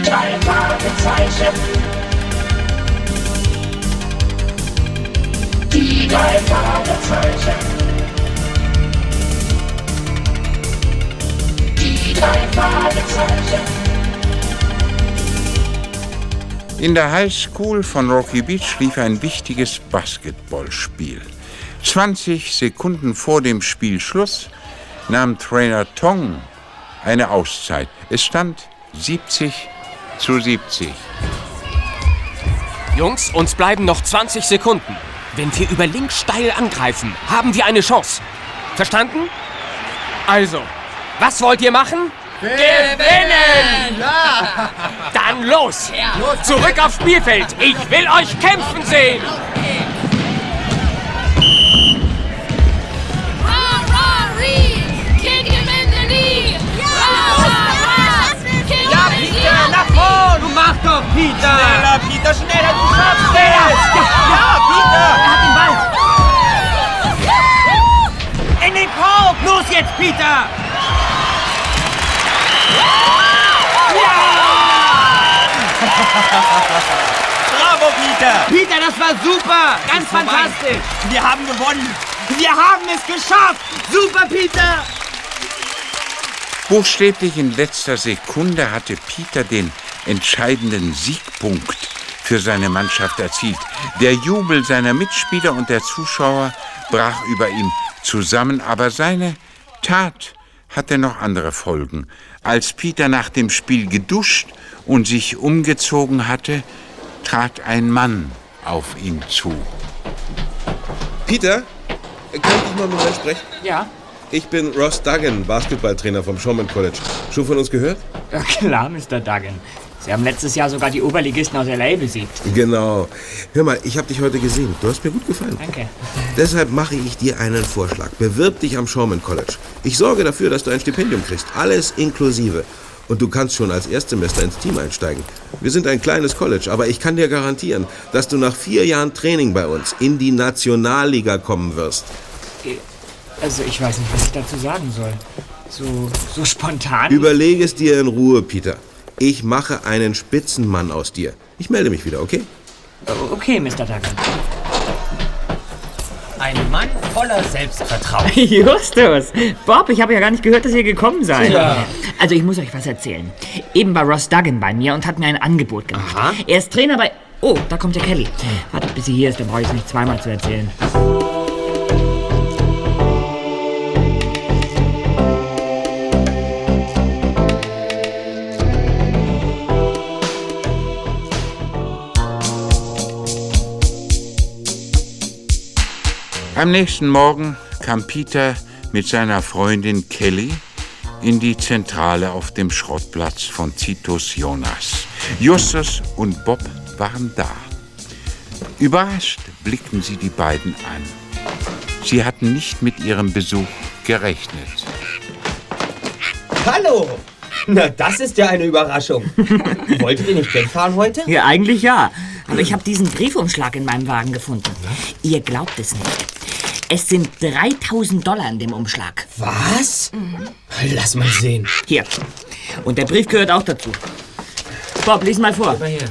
drei Fragezeichen. Die drei Fragezeichen. Die drei Fragezeichen. In der High School von Rocky Beach lief ein wichtiges Basketballspiel. 20 Sekunden vor dem Spielschluss nahm Trainer Tong eine Auszeit. Es stand 70-70. Jungs, uns bleiben noch 20 Sekunden. Wenn wir über links steil angreifen, haben wir eine Chance. Verstanden? Also, was wollt ihr machen? Gewinnen! Ja. Dann los! Zurück aufs Spielfeld! Ich will euch kämpfen sehen! Mach doch, Peter! Schneller, Peter, schneller, du schaffst es! Ja, Peter! Er hat den Ball! In den Korb! Los jetzt, Peter! Bravo, Peter! Peter, das war super! Ganz fantastisch! Wir haben gewonnen! Wir haben es geschafft! Super, Peter! Buchstäblich in letzter Sekunde hatte Peter den entscheidenden Siegpunkt für seine Mannschaft erzielt. Der Jubel seiner Mitspieler und der Zuschauer brach über ihm zusammen, aber seine Tat hatte noch andere Folgen. Als Peter nach dem Spiel geduscht und sich umgezogen hatte, trat ein Mann auf ihn zu. Peter, kann ich dich mal mit mir sprechen? Ja? Ich bin Ross Duggan, Basketballtrainer vom Showman College. Schon von uns gehört? Ja, klar, Mr. Duggan. Sie haben letztes Jahr sogar die Oberligisten aus L.A. besiegt. Genau. Hör mal, ich habe dich heute gesehen. Du hast mir gut gefallen. Danke. Deshalb mache ich dir einen Vorschlag. Bewirb dich am Showman College. Ich sorge dafür, dass du ein Stipendium kriegst. Alles inklusive. Und du kannst schon als Erstsemester ins Team einsteigen. Wir sind ein kleines College, aber ich kann dir garantieren, dass du nach 4 Jahren Training bei uns in die Nationalliga kommen wirst. Also, ich weiß nicht, was ich dazu sagen soll. So spontan? Überlege es dir in Ruhe, Peter. Ich mache einen Spitzenmann aus dir. Ich melde mich wieder, okay? Okay, Mr. Duggan. Ein Mann voller Selbstvertrauen. Justus! Bob, ich habe ja gar nicht gehört, dass ihr gekommen seid. Ja. Also, ich muss euch was erzählen. Eben war Ross Duggan bei mir und hat mir ein Angebot gemacht. Aha. Er ist Trainer bei... Oh, da kommt der Kelly. Wartet, bis sie hier ist, dann brauche ich es nicht zweimal zu erzählen. Am nächsten Morgen kam Peter mit seiner Freundin Kelly in die Zentrale auf dem Schrottplatz von Titus Jonas. Justus und Bob waren da. Überrascht blickten sie die beiden an. Sie hatten nicht mit ihrem Besuch gerechnet. Hallo! Na, das ist ja eine Überraschung. Wolltet ihr nicht wegfahren heute? Ja, eigentlich ja. Aber ich habe diesen Briefumschlag in meinem Wagen gefunden. Ihr glaubt es nicht. Es sind $3.000 in dem Umschlag. Was? Lass mal sehen. Hier. Und der Brief gehört auch dazu. Bob, lies mal vor. Mal her.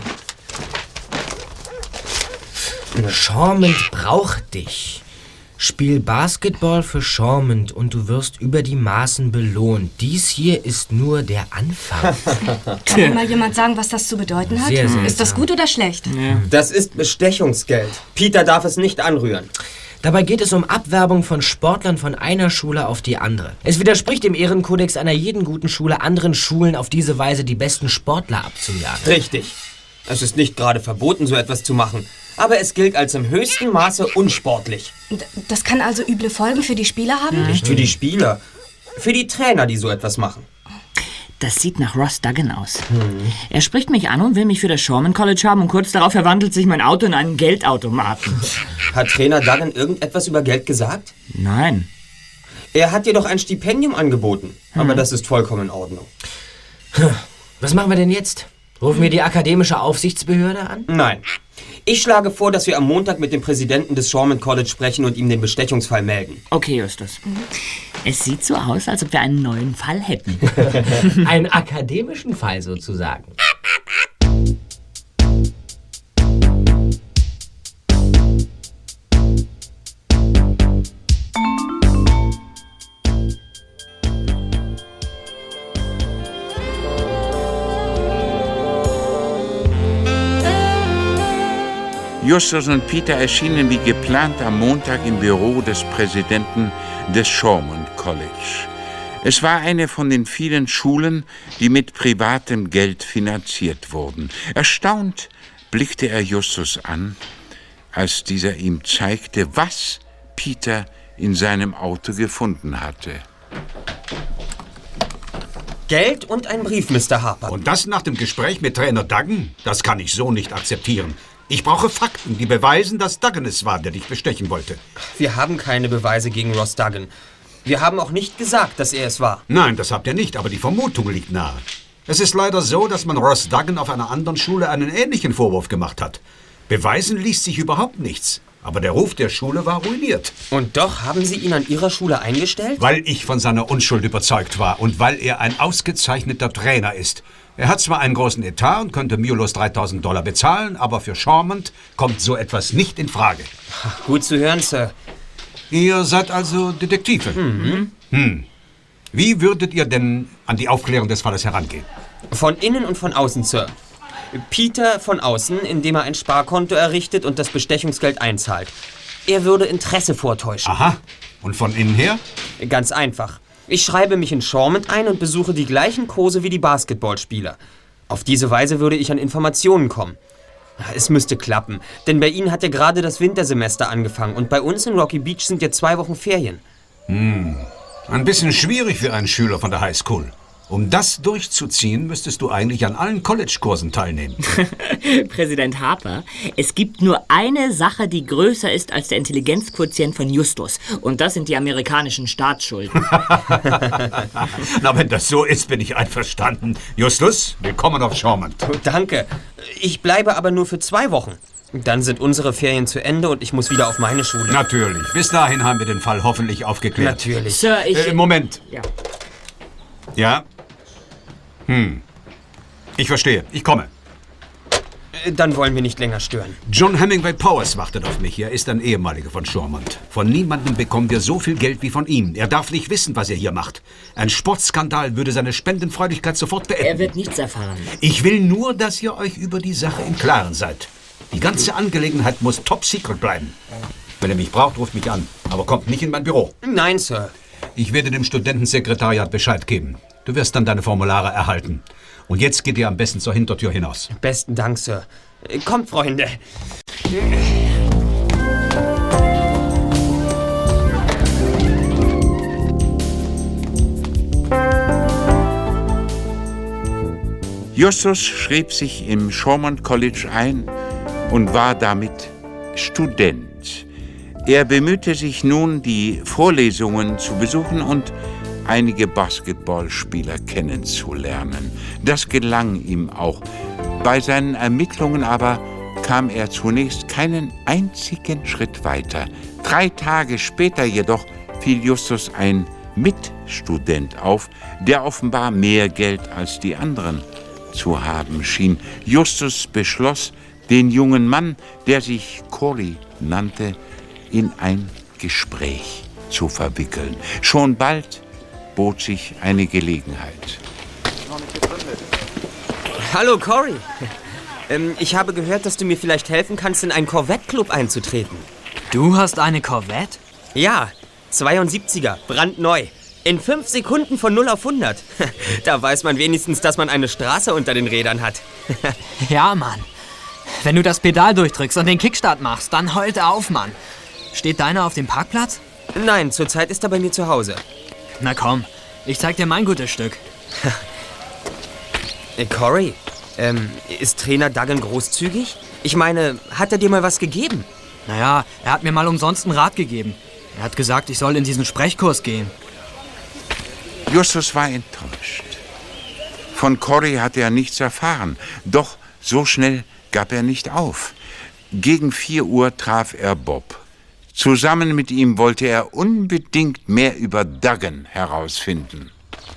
Shawmut braucht dich. Spiel Basketball für Shawmut und du wirst über die Maßen belohnt. Dies hier ist nur der Anfang. Kann mir mal jemand sagen, was das zu bedeuten hat? Sehr seltsam. Ist das gut oder schlecht? Das ist Bestechungsgeld. Peter darf es nicht anrühren. Dabei geht es um Abwerbung von Sportlern von einer Schule auf die andere. Es widerspricht dem Ehrenkodex einer jeden guten Schule, anderen Schulen auf diese Weise die besten Sportler abzujagen. Richtig. Es ist nicht gerade verboten, so etwas zu machen. Aber es gilt als im höchsten Maße unsportlich. Das kann also üble Folgen für die Spieler haben? Nicht für die Spieler, für die Trainer, die so etwas machen. Das sieht nach Ross Duggan aus. Er spricht mich an und will mich für das Shawman College haben und kurz darauf verwandelt sich mein Auto in einen Geldautomaten. Hat Trainer Duggan irgendetwas über Geld gesagt? Nein. Er hat dir doch ein Stipendium angeboten. Aber das ist vollkommen in Ordnung. Was machen wir denn jetzt? Rufen wir die akademische Aufsichtsbehörde an? Nein. Ich schlage vor, dass wir am Montag mit dem Präsidenten des Shawman College sprechen und ihm den Bestechungsfall melden. Okay, Justus. Es sieht so aus, als ob wir einen neuen Fall hätten. Einen akademischen Fall sozusagen. Justus und Peter erschienen wie geplant am Montag im Büro des Präsidenten des Shoremont College. Es war eine von den vielen Schulen, die mit privatem Geld finanziert wurden. Erstaunt blickte er Justus an, als dieser ihm zeigte, was Peter in seinem Auto gefunden hatte. Geld und ein Brief, Mr. Harper. Und das nach dem Gespräch mit Trainer Duggan? Das kann ich so nicht akzeptieren. Ich brauche Fakten, die beweisen, dass Duggan es war, der dich bestechen wollte. Wir haben keine Beweise gegen Ross Duggan. Wir haben auch nicht gesagt, dass er es war. Nein, das habt ihr nicht, aber die Vermutung liegt nahe. Es ist leider so, dass man Ross Duggan auf einer anderen Schule einen ähnlichen Vorwurf gemacht hat. Beweisen ließ sich überhaupt nichts. Aber der Ruf der Schule war ruiniert. Und doch haben Sie ihn an Ihrer Schule eingestellt? Weil ich von seiner Unschuld überzeugt war und weil er ein ausgezeichneter Trainer ist. Er hat zwar einen großen Etat und könnte mühelos $3.000 bezahlen, aber für Shoremont kommt so etwas nicht in Frage. Gut zu hören, Sir. Ihr seid also Detektive? Wie würdet ihr denn an die Aufklärung des Falles herangehen? Von innen und von außen, Sir. Peter von außen, indem er ein Sparkonto errichtet und das Bestechungsgeld einzahlt. Er würde Interesse vortäuschen. Aha. Und von innen her? Ganz einfach. Ich schreibe mich in Shoremont ein und besuche die gleichen Kurse wie die Basketballspieler. Auf diese Weise würde ich an Informationen kommen. Es müsste klappen, denn bei Ihnen hat ja gerade das Wintersemester angefangen und bei uns in Rocky Beach sind ja 2 Wochen Ferien. Ein bisschen schwierig für einen Schüler von der Highschool. Um das durchzuziehen, müsstest du eigentlich an allen College-Kursen teilnehmen. Präsident Harper, es gibt nur eine Sache, die größer ist als der Intelligenzquotient von Justus. Und das sind die amerikanischen Staatsschulden. Na, wenn das so ist, bin ich einverstanden. Justus, willkommen auf Shoremont. Danke. Ich bleibe aber nur für 2 Wochen. Dann sind unsere Ferien zu Ende und ich muss wieder auf meine Schule. Natürlich. Bis dahin haben wir den Fall hoffentlich aufgeklärt. Natürlich. Sir, Moment. Ja. Ja? Ich verstehe. Ich komme. Dann wollen wir nicht länger stören. John Hemingway Powers wartet auf mich. Er ist ein ehemaliger von Shoremont. Von niemandem bekommen wir so viel Geld wie von ihm. Er darf nicht wissen, was er hier macht. Ein Sportskandal würde seine Spendenfreudigkeit sofort beenden. Er wird nichts erfahren. Ich will nur, dass ihr euch über die Sache im Klaren seid. Die ganze Angelegenheit muss top secret bleiben. Wenn ihr mich braucht, ruft mich an. Aber kommt nicht in mein Büro. Nein, Sir. Ich werde dem Studentensekretariat Bescheid geben. Du wirst dann deine Formulare erhalten. Und jetzt geht ihr am besten zur Hintertür hinaus. Besten Dank, Sir. Kommt, Freunde. Justus schrieb sich im Shoremont College ein und war damit Student. Er bemühte sich nun, die Vorlesungen zu besuchen und einige Basketballspieler kennenzulernen. Das gelang ihm auch. Bei seinen Ermittlungen aber kam er zunächst keinen einzigen Schritt weiter. 3 Tage später jedoch fiel Justus ein Mitstudent auf, der offenbar mehr Geld als die anderen zu haben schien. Justus beschloss, den jungen Mann, der sich Corey nannte, in ein Gespräch zu verwickeln. Schon bald bot sich eine Gelegenheit. Hallo, Corey. Ich habe gehört, dass du mir vielleicht helfen kannst, in einen Corvette-Club einzutreten. Du hast eine Corvette? Ja, 72er, brandneu. In 5 Sekunden von 0 auf 100. Da weiß man wenigstens, dass man eine Straße unter den Rädern hat. Ja, Mann. Wenn du das Pedal durchdrückst und den Kickstart machst, dann heult er auf, Mann. Steht deiner auf dem Parkplatz? Nein, zurzeit ist er bei mir zu Hause. Na komm, ich zeig dir mein gutes Stück. Corey, ist Trainer Duggan großzügig? Ich meine, hat er dir mal was gegeben? Naja, er hat mir mal umsonst einen Rat gegeben. Er hat gesagt, ich soll in diesen Sprechkurs gehen. Justus war enttäuscht. Von Corey hatte er nichts erfahren, doch so schnell gab er nicht auf. Gegen 4 Uhr traf er Bob. Zusammen mit ihm wollte er unbedingt mehr über Duggan herausfinden.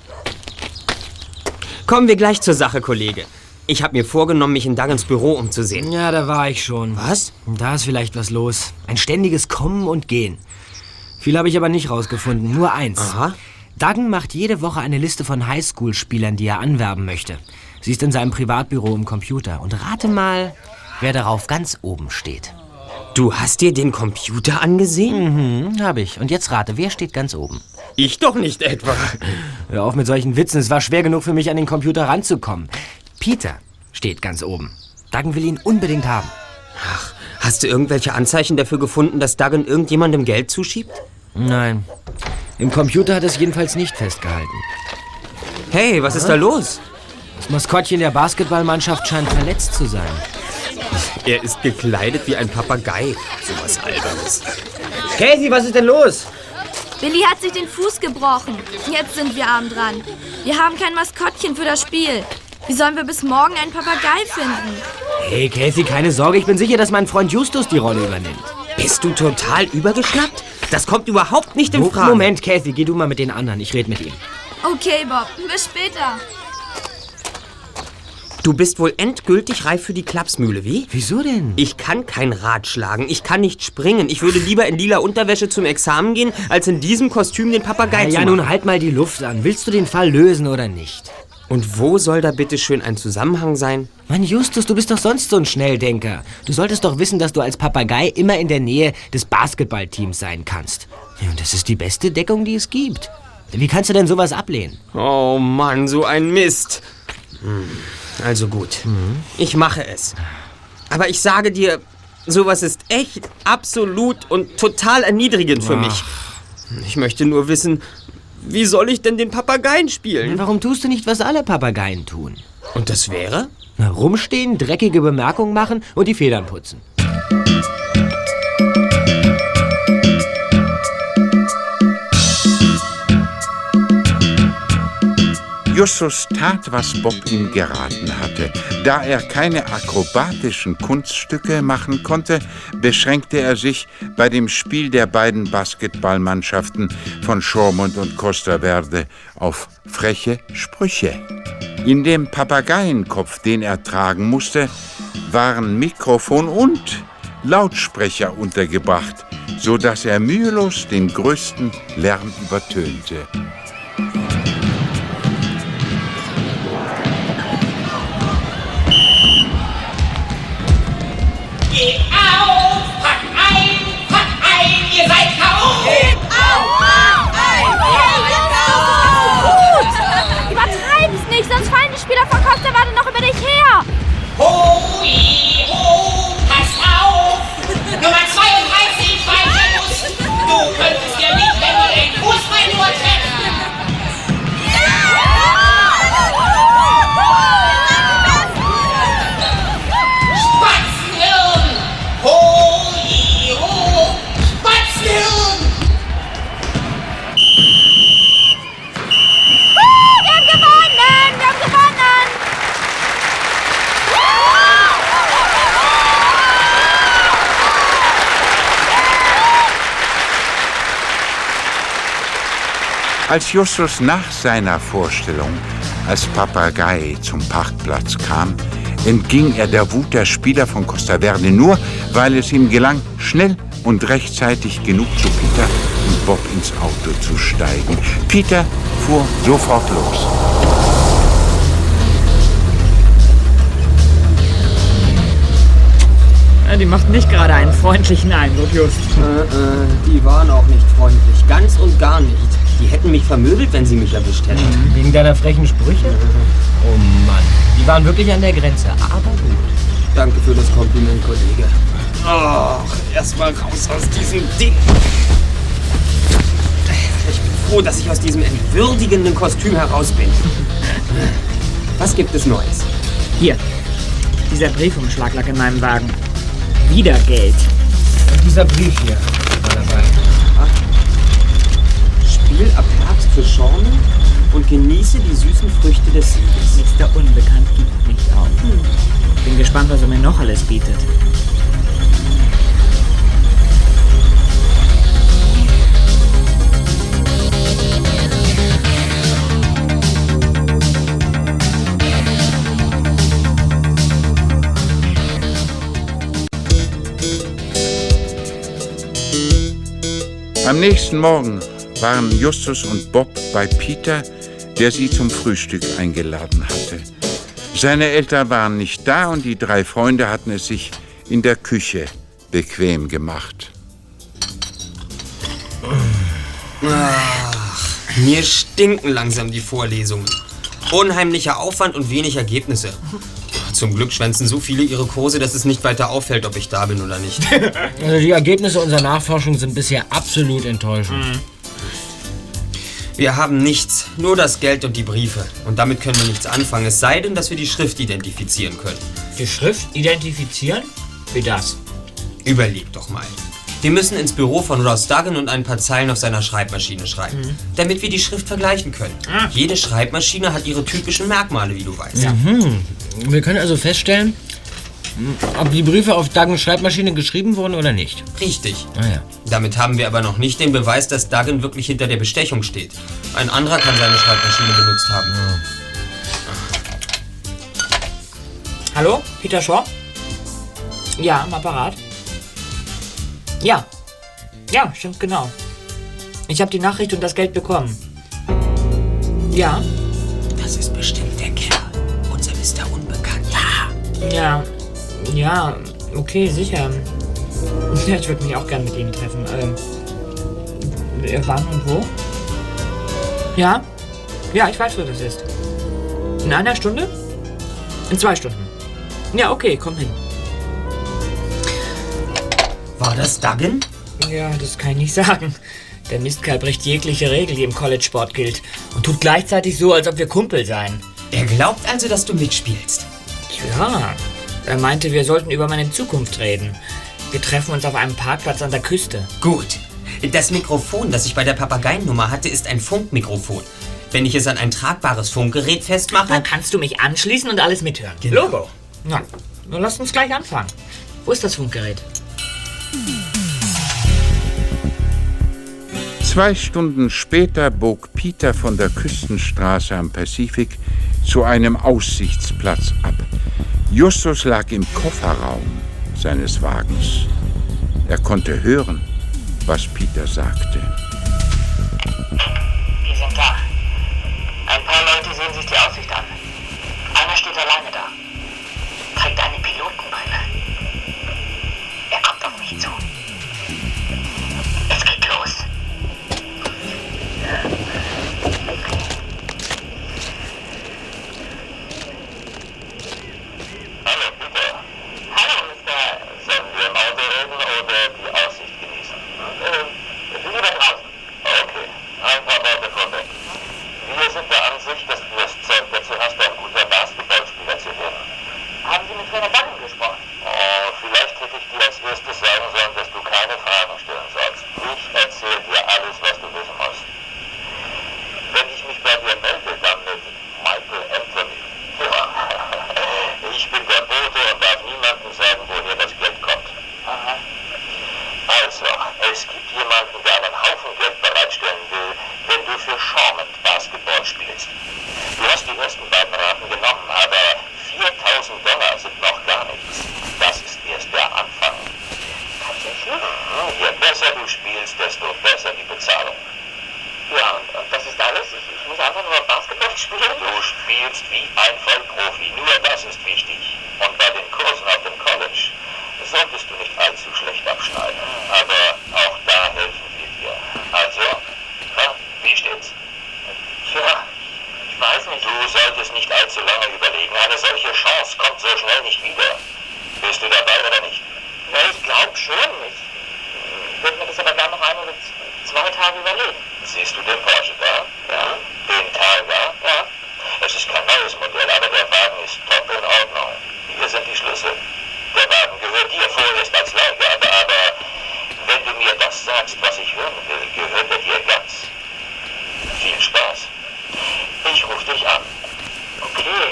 Kommen wir gleich zur Sache, Kollege. Ich habe mir vorgenommen, mich in Duggans Büro umzusehen. Ja, da war ich schon. Was? Da ist vielleicht was los. Ein ständiges Kommen und Gehen. Viel habe ich aber nicht rausgefunden, nur eins. Aha. Duggan macht jede Woche eine Liste von Highschool-Spielern, die er anwerben möchte. Sie ist in seinem Privatbüro im Computer. Und rate mal, wer darauf ganz oben steht. Du hast dir den Computer angesehen? Hab ich. Und jetzt rate, wer steht ganz oben? Ich doch nicht etwa. Hör auf mit solchen Witzen, es war schwer genug für mich, an den Computer ranzukommen. Peter steht ganz oben. Duggan will ihn unbedingt haben. Ach, hast du irgendwelche Anzeichen dafür gefunden, dass Duggan irgendjemandem Geld zuschiebt? Nein. Im Computer hat es jedenfalls nicht festgehalten. Hey, was ist da los? Das Maskottchen der Basketballmannschaft scheint verletzt zu sein. Er ist gekleidet wie ein Papagei. So was Albernes. Casey, was ist denn los? Billy hat sich den Fuß gebrochen. Jetzt sind wir arm dran. Wir haben kein Maskottchen für das Spiel. Wie sollen wir bis morgen einen Papagei finden? Hey, Casey, keine Sorge. Ich bin sicher, dass mein Freund Justus die Rolle übernimmt. Bist du total übergeschnappt? Das kommt überhaupt nicht in Frage. Moment, Casey, geh du mal mit den anderen. Ich rede mit ihm. Okay, Bob. Bis später. Du bist wohl endgültig reif für die Klapsmühle, wie? Wieso denn? Ich kann kein Rad schlagen, ich kann nicht springen. Ich würde lieber in lila Unterwäsche zum Examen gehen, als in diesem Kostüm den Papagei zu machen. Ja, nun halt mal die Luft an. Willst du den Fall lösen oder nicht? Und wo soll da bitte schön ein Zusammenhang sein? Mann, Justus, du bist doch sonst so ein Schnelldenker. Du solltest doch wissen, dass du als Papagei immer in der Nähe des Basketballteams sein kannst. Ja, und das ist die beste Deckung, die es gibt. Wie kannst du denn sowas ablehnen? Oh Mann, so ein Mist. Also gut, ich mache es. Aber ich sage dir, sowas ist echt, absolut und total erniedrigend für mich. Ich möchte nur wissen, wie soll ich denn den Papageien spielen? Warum tust du nicht, was alle Papageien tun? Und das wäre? Na, rumstehen, dreckige Bemerkungen machen und die Federn putzen. Justus tat, was Bob ihm geraten hatte. Da er keine akrobatischen Kunststücke machen konnte, beschränkte er sich bei dem Spiel der beiden Basketballmannschaften von Shoremont und Costa Verde auf freche Sprüche. In dem Papageienkopf, den er tragen musste, waren Mikrofon und Lautsprecher untergebracht, so dass er mühelos den größten Lärm übertönte. Geht auf, packt ein, ihr seid K.O. Geht auf, packt ein, Gut! Übertreib's nicht, sonst fallen die Spieler von Costa Verde noch über dich her. Hoi, ho, passt auf! Nummer 32, Weißerlust! Du könntest ja nicht mehr nur den Fußball nur treffen! Spatzenhirn! Hoi, ho, Spatzenhirn! Wir haben gewonnen! Wir haben gewonnen! Als Justus nach seiner Vorstellung als Papagei zum Parkplatz kam, entging er der Wut der Spieler von Costa Verde nur, weil es ihm gelang, schnell und rechtzeitig genug zu Peter und Bob ins Auto zu steigen. Peter fuhr sofort los. Ja, die macht nicht gerade einen freundlichen Eindruck, Just. Die waren auch nicht freundlich, ganz und gar nicht. Die hätten mich vermöbelt, wenn sie mich erwischt hätten. Wegen deiner frechen Sprüche? Oh Mann, die waren wirklich an der Grenze, aber gut. Danke für das Kompliment, Kollege. Ach, erstmal raus aus diesem Ding. Ich bin froh, dass ich aus diesem entwürdigenden Kostüm heraus bin. Was gibt es Neues? Hier, dieser Briefumschlag lag in meinem Wagen. Wieder Geld. Und dieser Brief hier war dabei. Spiel ab Herbst für Shoremont und genieße die süßen Früchte des Sieges. Mr. Unbekannt gibt nicht auf. Bin gespannt, was er mir noch alles bietet. Am nächsten Morgen waren Justus und Bob bei Peter, der sie zum Frühstück eingeladen hatte. Seine Eltern waren nicht da und die drei Freunde hatten es sich in der Küche bequem gemacht. Ach, mir stinken langsam die Vorlesungen. Unheimlicher Aufwand und wenig Ergebnisse. Zum Glück schwänzen so viele ihre Kurse, dass es nicht weiter auffällt, ob ich da bin oder nicht. Also die Ergebnisse unserer Nachforschung sind bisher absolut enttäuschend. Wir haben nichts, nur das Geld und die Briefe. Und damit können wir nichts anfangen, es sei denn, dass wir die Schrift identifizieren können. Die Schrift identifizieren? Wie das? Überleg doch mal. Wir müssen ins Büro von Ross Duggan und ein paar Zeilen auf seiner Schreibmaschine schreiben, damit wir die Schrift vergleichen können. Jede Schreibmaschine hat ihre typischen Merkmale, wie du weißt. Wir können also feststellen, ob die Briefe auf Duggans Schreibmaschine geschrieben wurden oder nicht. Richtig. Ah, ja. Damit haben wir aber noch nicht den Beweis, dass Duggan wirklich hinter der Bestechung steht. Ein anderer kann seine Schreibmaschine benutzt haben. Hallo, Peter Shaw? Ja, am Apparat. Ja. Ja, stimmt, genau. Ich habe die Nachricht und das Geld bekommen. Ja. Das ist bestimmt der Kerl. Unser Mr. Unbekannt. Ja. Ja, okay, sicher. Ja, ich würde mich auch gern mit Ihnen treffen. Wann und wo? Ja? Ja, ich weiß, wo das ist. In einer Stunde? In 2 Stunden. Ja, okay, komm hin. War das Duggan? Ja, das kann ich nicht sagen. Der Mistkerl bricht jegliche Regel, die im College-Sport gilt. Und tut gleichzeitig so, als ob wir Kumpel seien. Er glaubt also, dass du mitspielst. Ja. Er meinte, wir sollten über meine Zukunft reden. Wir treffen uns auf einem Parkplatz an der Küste. Gut. Das Mikrofon, das ich bei der Papageiennummer hatte, ist ein Funkmikrofon. Wenn ich es an ein tragbares Funkgerät festmache... Dann kannst du mich anschließen und alles mithören. Genau. Logo. Na, dann lasst uns gleich anfangen. Wo ist das Funkgerät? 2 Stunden später bog Peter von der Küstenstraße am Pazifik zu einem Aussichtsplatz ab. Justus lag im Kofferraum seines Wagens. Er konnte hören, was Peter sagte. Wir sind da. Ein paar Leute sehen sich die Aussicht an. Einer steht alleine da. Trägt eine Pilotenbrille. Er kommt auf mich zu. Es geht los. Hallo, Peter. Hallo, Mr. Sollen wir im Auto reden oder die Aussicht genießen? Lieber draußen. Okay, ein paar Worte vorweg. Wir sind der Ansicht, dass du das Zeug dazu hast, ein guter Basketballspieler zu werden. Haben Sie mit Trainer Duggan gesprochen? Oh, vielleicht hätte ich dir als erstes sagen sollen, dass du keine Fragen stellen sollst. Ich erzähle dir alles, was du wissen musst. Wenn ich mich bei dir melde, dann mit Michael Anthony. Ja, ich bin der Bote und darf niemandem sagen, woher das Geld kommt. Aha. Also, es gibt jemanden, der einen Haufen Geld bereitstellen will, wenn du für Shawmut Basketball spielst. Du hast die ersten beiden Raten genommen, aber $4.000 sind noch gar nichts. Das ist erst der Anfang. Tatsächlich? Je besser du spielst, desto besser die Bezahlung. Ja, und das ist alles? Ich muss einfach nur Basketball spielen? Du spielst wie ein Vollprofi, nur das ist wichtig. Und bei den Kursen auf dem College solltest du nicht allzu schlecht abschneiden. Aber auch da helfen wir dir. Also, wie steht's? Tja, ich weiß nicht. Du solltest nicht allzu lange überlegen. Eine solche Chance kommt so schnell nicht wieder. Bist du dabei oder nicht? Ja, ich glaube schon. Ich würde mir das aber dann noch 1 oder 2 Tage überlegen. Siehst du den Porsche da? Ja. Den Tiger? Ja. Es ist kein neues Modell, aber der Wagen ist top in Ordnung. Hier sind die Schlüssel. Der Wagen gehört dir vorerst als Leihgabe, aber wenn du mir das sagst, was ich hören will, gehört er dir ganz. Viel Spaß. Ich rufe dich an. Okay.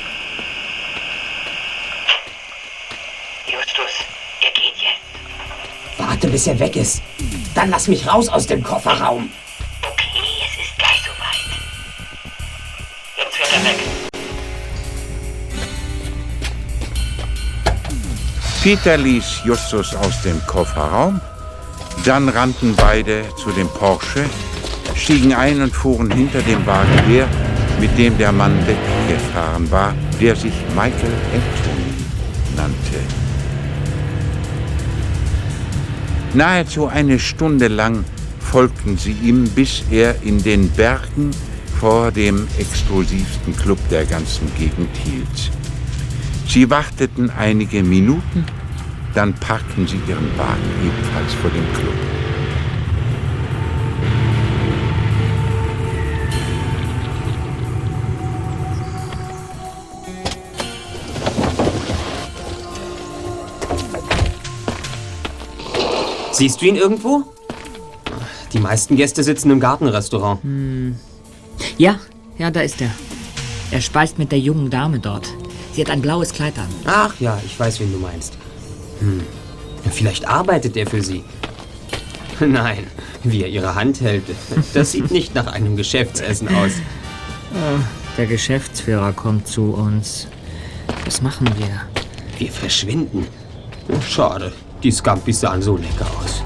Justus, er geht jetzt. Warte, bis er weg ist. Dann lass mich raus aus dem Kofferraum. Okay, es ist gleich soweit. Jetzt fährt er weg. Peter ließ Justus aus dem Kofferraum. Dann rannten beide zu dem Porsche, stiegen ein und fuhren hinter dem Wagen her, mit dem der Mann weggefahren war, der sich Michael Anthony nannte. Nahezu eine Stunde lang folgten sie ihm, bis er in den Bergen vor dem exklusivsten Club der ganzen Gegend hielt. Sie warteten einige Minuten, dann parkten sie ihren Wagen ebenfalls vor dem Club. Siehst du ihn irgendwo? Die meisten Gäste sitzen im Gartenrestaurant. Ja, da ist er. Er speist mit der jungen Dame dort. Sie hat ein blaues Kleid an. Ach ja, ich weiß, wen du meinst. Vielleicht arbeitet er für sie. Nein, wie er ihre Hand hält, das sieht nicht nach einem Geschäftsessen aus. Der Geschäftsführer kommt zu uns. Was machen wir? Wir verschwinden. Schade, die Scampis sahen so lecker aus.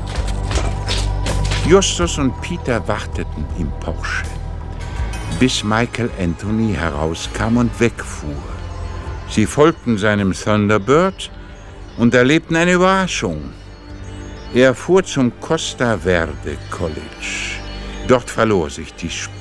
Justus und Peter warteten im Porsche, bis Michael Anthony herauskam und wegfuhr. Sie folgten seinem Thunderbird und erlebten eine Überraschung. Er fuhr zum Costa Verde College. Dort verlor sich die Spur.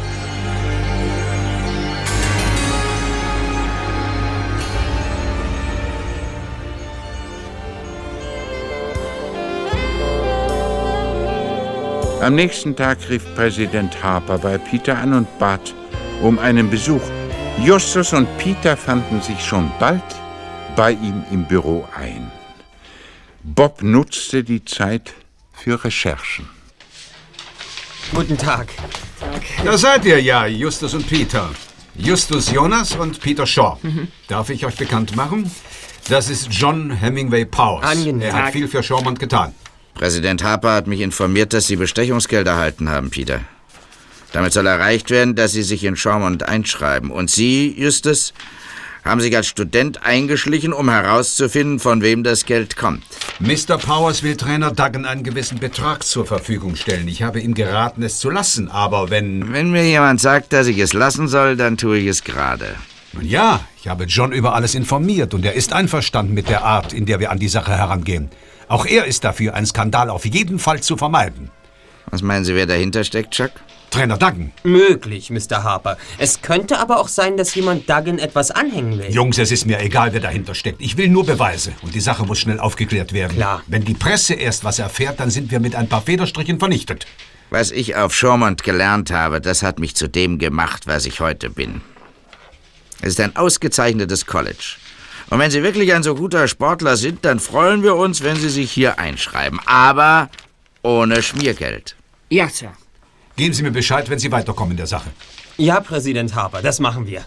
Am nächsten Tag rief Präsident Harper bei Peter an und bat um einen Besuch. Justus und Peter fanden sich schon bald bei ihm im Büro ein. Bob nutzte die Zeit für Recherchen. Guten Tag. Da seid ihr ja, Justus und Peter. Justus Jonas und Peter Shaw. Darf ich euch bekannt machen? Das ist John Hemingway Powers. Angenehm. Er hat viel für Shawmont getan. Präsident Harper hat mich informiert, dass Sie Bestechungsgeld erhalten haben, Peter. Damit soll erreicht werden, dass Sie sich in Shawmont einschreiben. Und Sie, Justus, haben sich als Student eingeschlichen, um herauszufinden, von wem das Geld kommt. Mr. Powers will Trainer Duggan einen gewissen Betrag zur Verfügung stellen. Ich habe ihm geraten, es zu lassen, aber wenn... Wenn mir jemand sagt, dass ich es lassen soll, dann tue ich es gerade. Nun ja, ich habe John über alles informiert und er ist einverstanden mit der Art, in der wir an die Sache herangehen. Auch er ist dafür, einen Skandal auf jeden Fall zu vermeiden. Was meinen Sie, wer dahinter steckt, Chuck? Trainer Duggan. Möglich, Mr. Harper. Es könnte aber auch sein, dass jemand Duggan etwas anhängen will. Jungs, es ist mir egal, wer dahinter steckt. Ich will nur Beweise und die Sache muss schnell aufgeklärt werden. Klar. Wenn die Presse erst was erfährt, dann sind wir mit ein paar Federstrichen vernichtet. Was ich auf Shawmont gelernt habe, das hat mich zu dem gemacht, was ich heute bin. Es ist ein ausgezeichnetes College. Und wenn Sie wirklich ein so guter Sportler sind, dann freuen wir uns, wenn Sie sich hier einschreiben. Aber ohne Schmiergeld. Ja, Sir. Geben Sie mir Bescheid, wenn Sie weiterkommen in der Sache. Ja, Präsident Harper, das machen wir.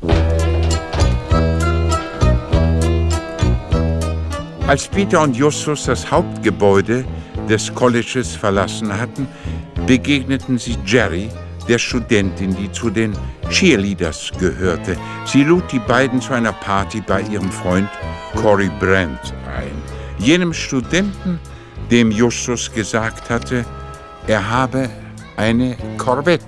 Als Peter und Justus das Hauptgebäude des Colleges verlassen hatten, begegneten sie Jerry, der Studentin, die zu den Cheerleaders gehörte. Sie lud die beiden zu einer Party bei ihrem Freund Cory Brandt ein, jenem Studenten, dem Justus gesagt hatte, er habe eine Corvette.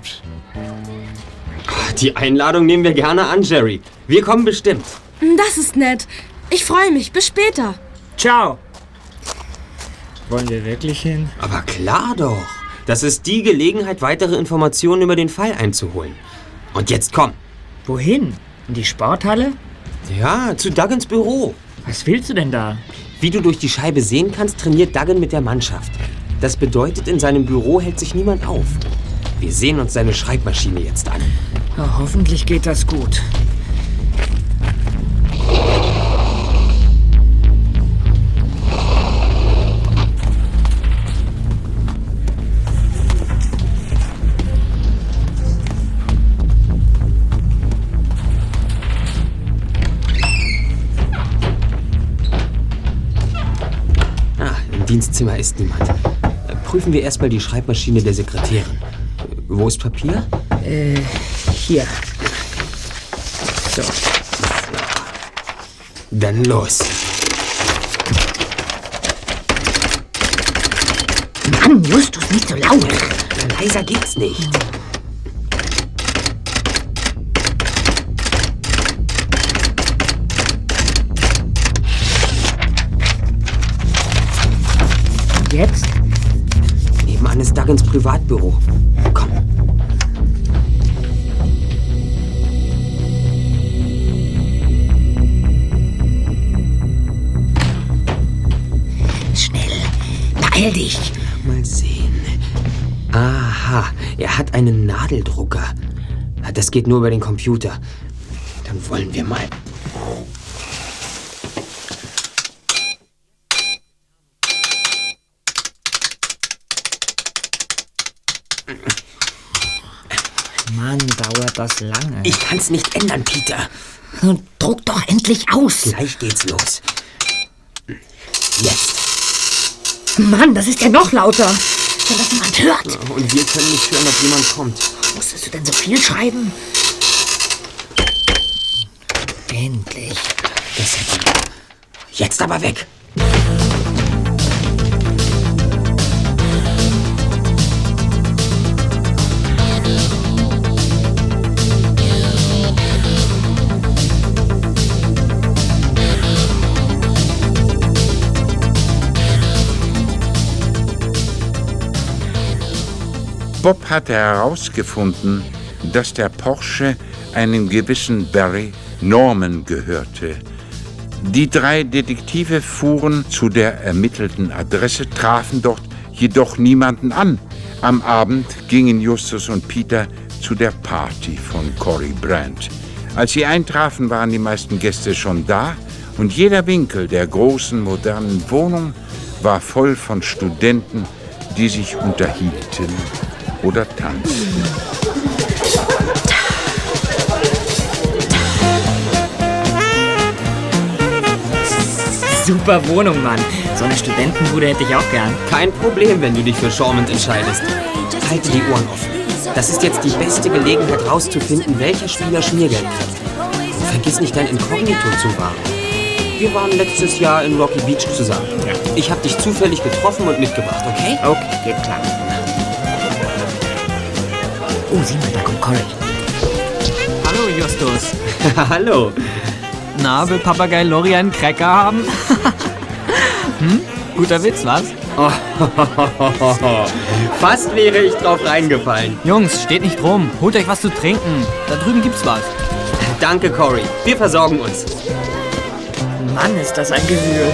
Die Einladung nehmen wir gerne an, Jerry. Wir kommen bestimmt. Das ist nett. Ich freue mich. Bis später. Ciao. Wollen wir wirklich hin? Aber klar doch. Das ist die Gelegenheit, weitere Informationen über den Fall einzuholen. Und jetzt komm. Wohin? In die Sporthalle? Ja, zu Duggans Büro. Was willst du denn da? Wie du durch die Scheibe sehen kannst, trainiert Duggan mit der Mannschaft. Das bedeutet, in seinem Büro hält sich niemand auf. Wir sehen uns seine Schreibmaschine jetzt an. Ja, hoffentlich geht das gut. Im Dienstzimmer ist niemand. Prüfen wir erstmal die Schreibmaschine der Sekretärin. Wo ist Papier? Hier. So. Dann los. Mann, Justus, nicht so laut. Leiser geht's nicht. Jetzt? Nebenan ist Duggins Privatbüro. Komm. Schnell. Beeil dich. Mal sehen. Aha, er hat einen Nadeldrucker. Das geht nur über den Computer. Dann wollen wir mal. Mann, dauert das lange. Ich kann's nicht ändern, Peter. Nun, druck doch endlich aus. Gleich geht's los. Jetzt. Mann, das ist ja noch lauter. Wenn das jemand hört. Und wir können nicht hören, ob jemand kommt. Musstest du denn so viel schreiben? Endlich. Das hätte ich. Jetzt aber weg. Bob hatte herausgefunden, dass der Porsche einem gewissen Barry Norman gehörte. Die 3 Detektive fuhren zu der ermittelten Adresse, trafen dort jedoch niemanden an. Am Abend gingen Justus und Peter zu der Party von Cory Brandt. Als sie eintrafen, waren die meisten Gäste schon da und jeder Winkel der großen, modernen Wohnung war voll von Studenten, die sich unterhielten oder tanzten. Super Wohnung, Mann. So eine Studentenbude hätte ich auch gern. Kein Problem, wenn du dich für Shormond entscheidest. Halte die Ohren offen. Das ist jetzt die beste Gelegenheit, rauszufinden, welcher Spieler Schmiergeld kriegt. Und vergiss nicht, dein Inkognito zu wahren. Wir waren letztes Jahr in Rocky Beach zusammen. Ja. Ich habe dich zufällig getroffen und mitgebracht, okay? Okay, geht klar. Oh, sieh mal, da kommt Cory. Hallo, Justus. Hallo. Na, will Papagei Lori einen Cracker haben? Guter Witz, was? Oh, fast wäre ich drauf reingefallen. Jungs, steht nicht rum. Holt euch was zu trinken. Da drüben gibt's was. Danke, Cory. Wir versorgen uns. Mann, ist das ein Gewühl.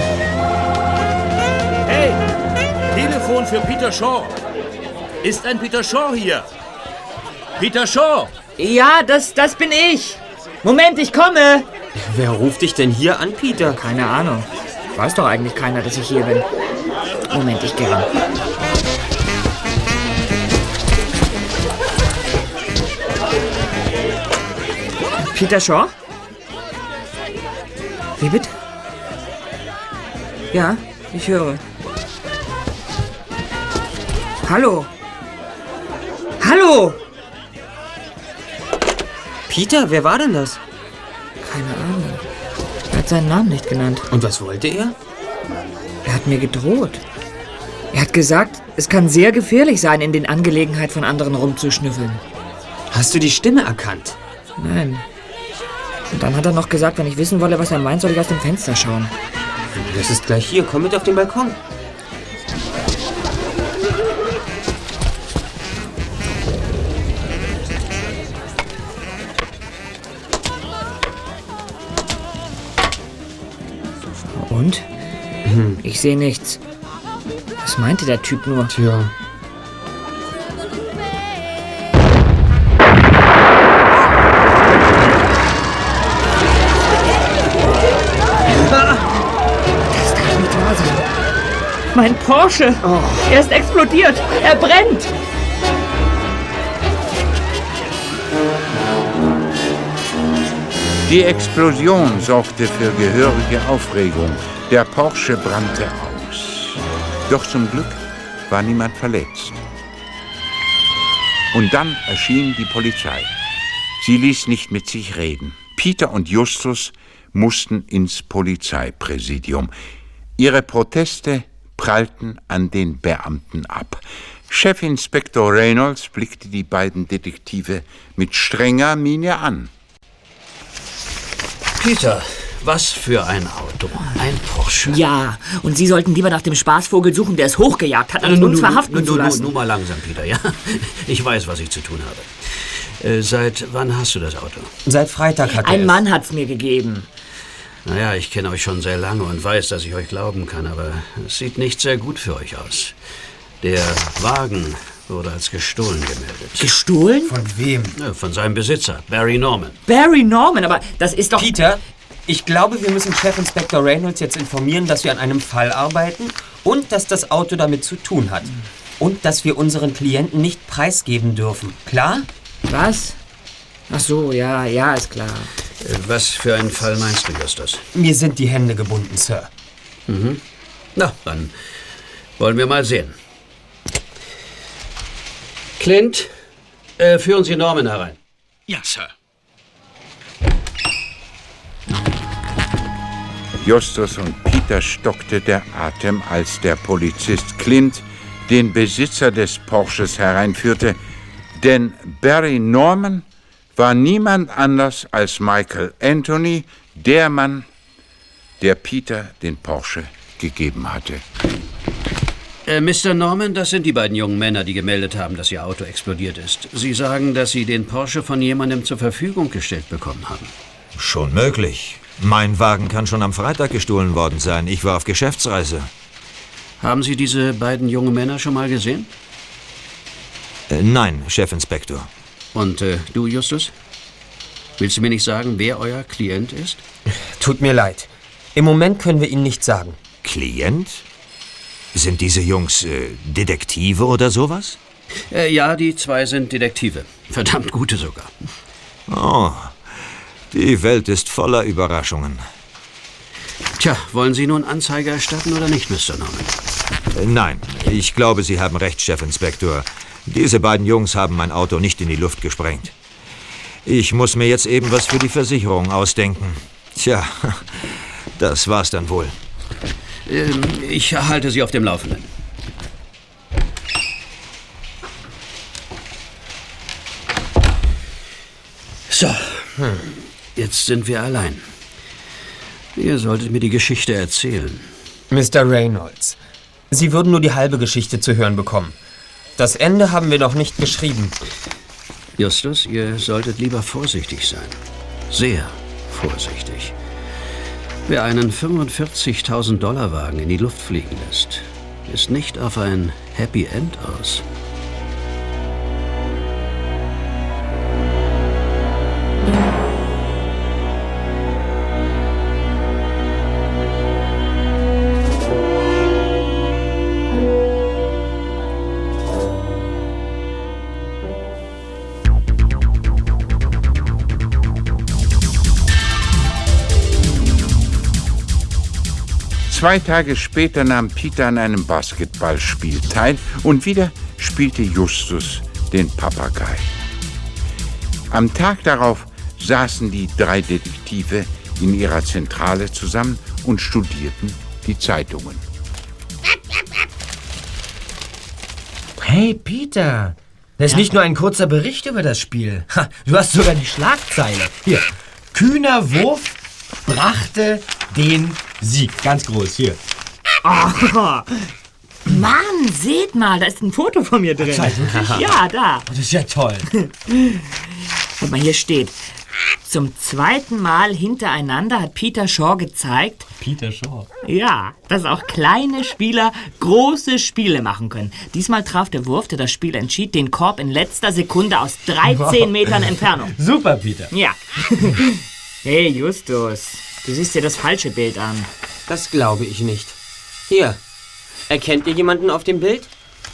Hey, Telefon für Peter Shaw. Ist ein Peter Shaw hier? Peter Shaw! Ja, das bin ich. Moment, ich komme. Wer ruft dich denn hier an, Peter? Keine Ahnung. Weiß doch eigentlich keiner, dass ich hier bin. Moment, ich gehe ran. Peter Shaw? Wie bitte? Ja, ich höre. Hallo? Hallo? Peter, wer war denn das? Keine Ahnung. Er hat seinen Namen nicht genannt. Und was wollte er? Er hat mir gedroht. Er hat gesagt, es kann sehr gefährlich sein, in den Angelegenheiten von anderen rumzuschnüffeln. Hast du die Stimme erkannt? Nein. Und dann hat er noch gesagt, wenn ich wissen wolle, was er meint, soll ich aus dem Fenster schauen. Das ist gleich hier. Komm mit auf den Balkon. Und? Ich sehe nichts. Was meinte der Typ nur? Tja. Das darf nicht wahr sein. Mein Porsche! Oh. Er ist explodiert! Er brennt! Die Explosion sorgte für gehörige Aufregung. Der Porsche brannte aus. Doch zum Glück war niemand verletzt. Und dann erschien die Polizei. Sie ließ nicht mit sich reden. Peter und Justus mussten ins Polizeipräsidium. Ihre Proteste prallten an den Beamten ab. Chefinspektor Reynolds blickte die beiden Detektive mit strenger Miene an. Peter, Was für ein Auto. Ein Porsche. Ja, und Sie sollten lieber nach dem Spaßvogel suchen, der es hochgejagt hat, als uns verhaften zu lassen. Nur mal langsam, Peter, ja? Ich weiß, was ich zu tun habe. Seit wann hast du das Auto? Seit Freitag hat er Ein es. Mann hat's mir gegeben. Naja, ich kenne euch schon sehr lange und weiß, dass ich euch glauben kann, aber es sieht nicht sehr gut für euch aus. Der Wagen wurde als gestohlen gemeldet. Gestohlen? Von wem? Ja, von seinem Besitzer, Barry Norman. Barry Norman, aber das ist doch... Peter, ich glaube, wir müssen Chefinspektor Reynolds jetzt informieren, dass wir an einem Fall arbeiten und dass das Auto damit zu tun hat. Und dass wir unseren Klienten nicht preisgeben dürfen. Klar? Was? Ach so, ja, ist klar. Was für einen Fall meinst du, Justus? Mir sind die Hände gebunden, Sir. Mhm. Na, dann wollen wir mal sehen. Clint, führen Sie Norman herein. Ja, Sir. Justus und Peter stockte der Atem, als der Polizist Clint den Besitzer des Porsches hereinführte, denn Barry Norman war niemand anders als Michael Anthony, der Mann, der Peter den Porsche gegeben hatte. Mr. Norman, das sind die beiden jungen Männer, die gemeldet haben, dass ihr Auto explodiert ist. Sie sagen, dass Sie den Porsche von jemandem zur Verfügung gestellt bekommen haben. Schon möglich. Mein Wagen kann schon am Freitag gestohlen worden sein. Ich war auf Geschäftsreise. Haben Sie diese beiden jungen Männer schon mal gesehen? Nein, Chefinspektor. Und du, Justus? Willst du mir nicht sagen, wer euer Klient ist? Tut mir leid. Im Moment können wir Ihnen nichts sagen. Klient? Sind diese Jungs Detektive oder sowas? Ja, die zwei sind Detektive. Verdammt gute sogar. Oh, die Welt ist voller Überraschungen. Tja, wollen Sie nun Anzeige erstatten oder nicht, Mr. Norman? Nein, ich glaube, Sie haben recht, Chefinspektor. Diese beiden Jungs haben mein Auto nicht in die Luft gesprengt. Ich muss mir jetzt eben was für die Versicherung ausdenken. Tja, das war's dann wohl. Ich halte Sie auf dem Laufenden. So, jetzt sind wir allein. Ihr solltet mir die Geschichte erzählen. Mr. Reynolds, Sie würden nur die halbe Geschichte zu hören bekommen. Das Ende haben wir noch nicht geschrieben. Justus, ihr solltet lieber vorsichtig sein. Sehr vorsichtig. Wer einen 45.000 $ Wagen in die Luft fliegen lässt, ist nicht auf ein Happy End aus. Zwei Tage später nahm Peter an einem Basketballspiel teil und wieder spielte Justus den Papagei. Am Tag darauf saßen die drei Detektive in ihrer Zentrale zusammen und studierten die Zeitungen. Hey, Peter. Das ist nicht nur ein kurzer Bericht über das Spiel. Ha, du hast sogar die Schlagzeile. Hier. Kühner Wurf brachte den Sieg. Ganz groß, hier. Oh, Mann, seht mal, da ist ein Foto von mir drin. Ja, da. Das ist ja toll. Guck mal, hier steht: Zum zweiten Mal hintereinander hat Peter Shaw gezeigt, Peter Shaw? Ja, dass auch kleine Spieler große Spiele machen können. Diesmal traf der Wurf, der das Spiel entschied, den Korb in letzter Sekunde aus 13 Metern Entfernung. Super, Peter. Ja. Hey, Justus, du siehst dir das falsche Bild an. Das glaube ich nicht. Hier, erkennt ihr jemanden auf dem Bild?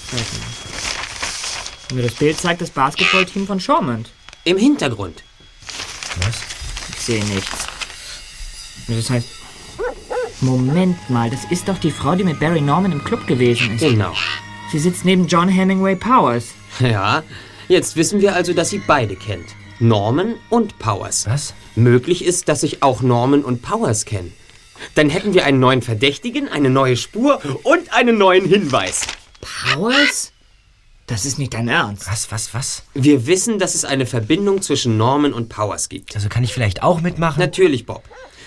Das Bild zeigt das Basketballteam von Shawmont. Im Hintergrund. Was? Ich sehe nichts. Das heißt... Moment mal, das ist doch die Frau, die mit Barry Norman im Club gewesen ist. Genau. Sie sitzt neben John Hemingway Powers. Ja, jetzt wissen wir also, dass sie beide kennt. Norman und Powers. Was? Möglich ist, dass sich auch Norman und Powers kennen. Dann hätten wir einen neuen Verdächtigen, eine neue Spur und einen neuen Hinweis. Powers? Das ist nicht dein Ernst. Was? Wir wissen, dass es eine Verbindung zwischen Norman und Powers gibt. Also kann ich vielleicht auch mitmachen? Natürlich, Bob.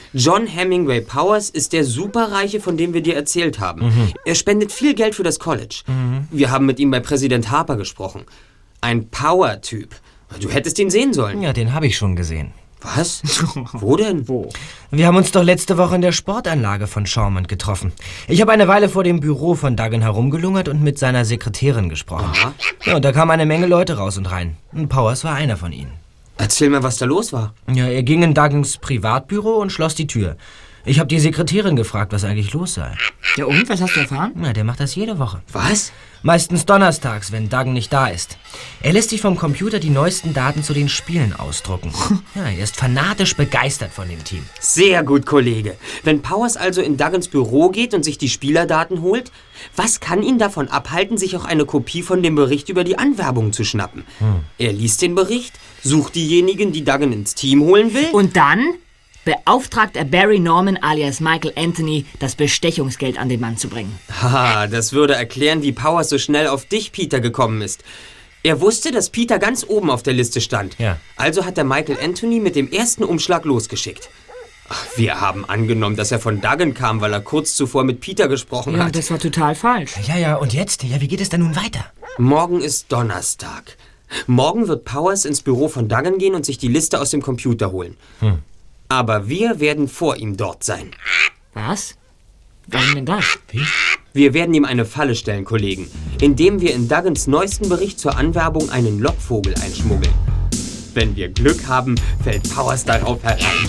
John Hemingway Powers ist der Superreiche, von dem wir dir erzählt haben. Er spendet viel Geld für das College. Wir haben mit ihm bei Präsident Harper gesprochen. Ein Power-Typ. Du hättest ihn sehen sollen. Ja, den habe ich schon gesehen. Was? Wo denn? Wo? Wir haben uns doch letzte Woche in der Sportanlage von Shawmont getroffen. Ich habe eine Weile vor dem Büro von Duggan herumgelungert und mit seiner Sekretärin gesprochen. Aha. Ja, und da kamen eine Menge Leute raus und rein. Und Powers war einer von ihnen. Erzähl mir, was da los war. Ja, er ging in Duggans Privatbüro und schloss die Tür. Ich habe die Sekretärin gefragt, was eigentlich los sei. Ja und? Was hast du erfahren? Na, der macht das jede Woche. Was? Meistens donnerstags, wenn Duggan nicht da ist. Er lässt sich vom Computer die neuesten Daten zu den Spielen ausdrucken. Ja, er ist fanatisch begeistert von dem Team. Sehr gut, Kollege. Wenn Powers also in Duggans Büro geht und sich die Spielerdaten holt, was kann ihn davon abhalten, sich auch eine Kopie von dem Bericht über die Anwerbung zu schnappen? Er liest den Bericht, sucht diejenigen, die Duggan ins Team holen will. Und dann beauftragt er Barry Norman alias Michael Anthony, das Bestechungsgeld an den Mann zu bringen. Haha, das würde erklären, wie Powers so schnell auf dich, Peter, gekommen ist. Er wusste, dass Peter ganz oben auf der Liste stand. Ja. Also hat er Michael Anthony mit dem ersten Umschlag losgeschickt. Ach, wir haben angenommen, dass er von Duggan kam, weil er kurz zuvor mit Peter gesprochen Ja, hat. das war total falsch. Ja, und jetzt? Ja, wie geht es denn nun weiter? Morgen ist Donnerstag. Morgen wird Powers ins Büro von Duggan gehen und sich die Liste aus dem Computer holen. Aber wir werden vor ihm dort sein. Was? Warum denn das? Wie? Wir werden ihm eine Falle stellen, Kollegen, indem wir in Duggans neuesten Bericht zur Anwerbung einen Lockvogel einschmuggeln. Wenn wir Glück haben, fällt Powers darauf herein.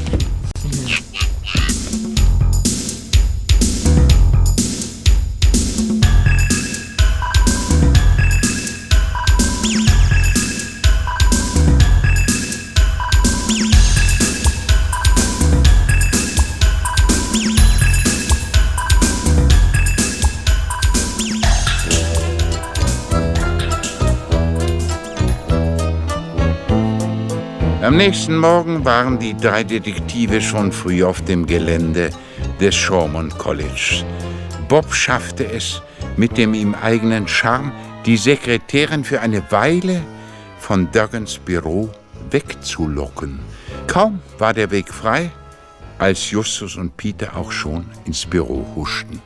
Am nächsten Morgen waren die 3 Detektive schon früh auf dem Gelände des Shawmont College. Bob schaffte es, mit dem ihm eigenen Charme die Sekretärin für eine Weile von Duggans Büro wegzulocken. Kaum war der Weg frei, als Justus und Peter auch schon ins Büro huschten.